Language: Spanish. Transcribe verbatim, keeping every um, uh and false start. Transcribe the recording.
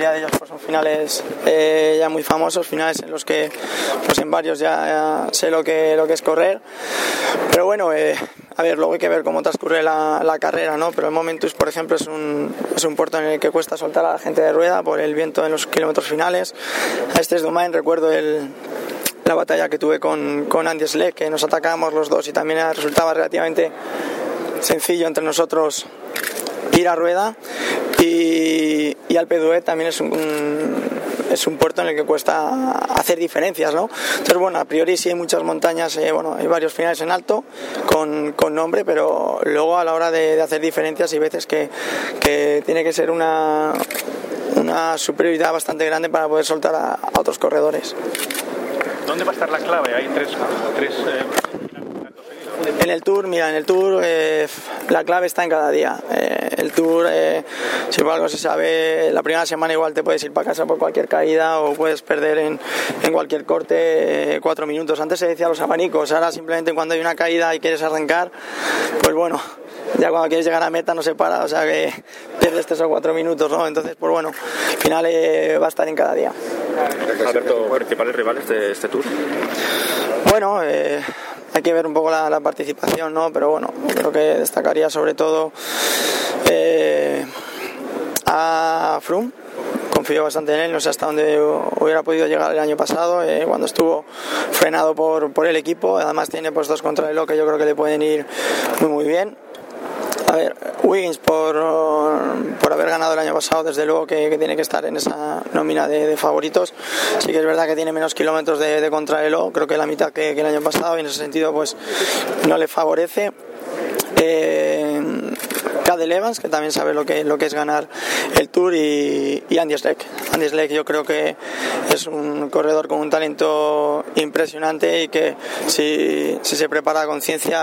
mayoría de ellos pues son finales eh, ya muy famosos, finales en los que pues en varios ya, ya sé lo que, lo que es correr, pero bueno, eh, a ver, luego hay que ver cómo transcurre la, la carrera, ¿no? Pero el Momentus, por ejemplo, es un, es un puerto en el que cuesta soltar a la gente de rueda por el viento en los kilómetros finales. A este es Domain, recuerdo el la batalla que tuve con, con Andy Schleck, que nos atacábamos los dos y también resultaba relativamente sencillo entre nosotros ir a rueda. Y, y Alpe d'Huez también es un, un, es un puerto en el que cuesta hacer diferencias, ¿no? Entonces, bueno, a priori sí hay muchas montañas, eh, bueno, hay varios finales en alto con, con nombre, pero luego a la hora de, de hacer diferencias hay veces que, que tiene que ser una, una superioridad bastante grande para poder soltar a, a otros corredores. ¿Dónde va a estar la clave? Hay tres... tres eh... En el Tour, mira, en el Tour eh, la clave está en cada día. Eh, el Tour, eh, si por algo se sabe, la primera semana igual te puedes ir para casa por cualquier caída o puedes perder en, en cualquier corte eh, cuatro minutos. Antes se decía los abanicos, ahora simplemente cuando hay una caída y quieres arrancar, pues bueno, ya cuando quieres llegar a meta no se para, o sea que pierdes tres o cuatro minutos, ¿no? Entonces, pues bueno, al final eh, va a estar en cada día. Alberto, ¿principales rivales de este Tour? Bueno, eh, hay que ver un poco la, la participación, ¿no? Pero bueno, creo que destacaría sobre todo eh, a Froome. Confío bastante en él, no sé hasta dónde hubiera podido llegar el año pasado, eh, cuando estuvo frenado por, por el equipo. Además tiene pues dos contrarreloj que yo creo que le pueden ir muy muy bien. A ver, Wiggins por, por haber ganado el año pasado, desde luego que, que tiene que estar en esa nómina de, de favoritos. Sí que es verdad que tiene menos kilómetros de, de contrarreloj, creo que la mitad que, que el año pasado, y en ese sentido pues no le favorece. Eh, Cadel Evans, que también sabe lo que, lo que es ganar el Tour, y, y Andy Schleck. Andy Schleck yo creo que es un corredor con un talento impresionante y que si, si se prepara a conciencia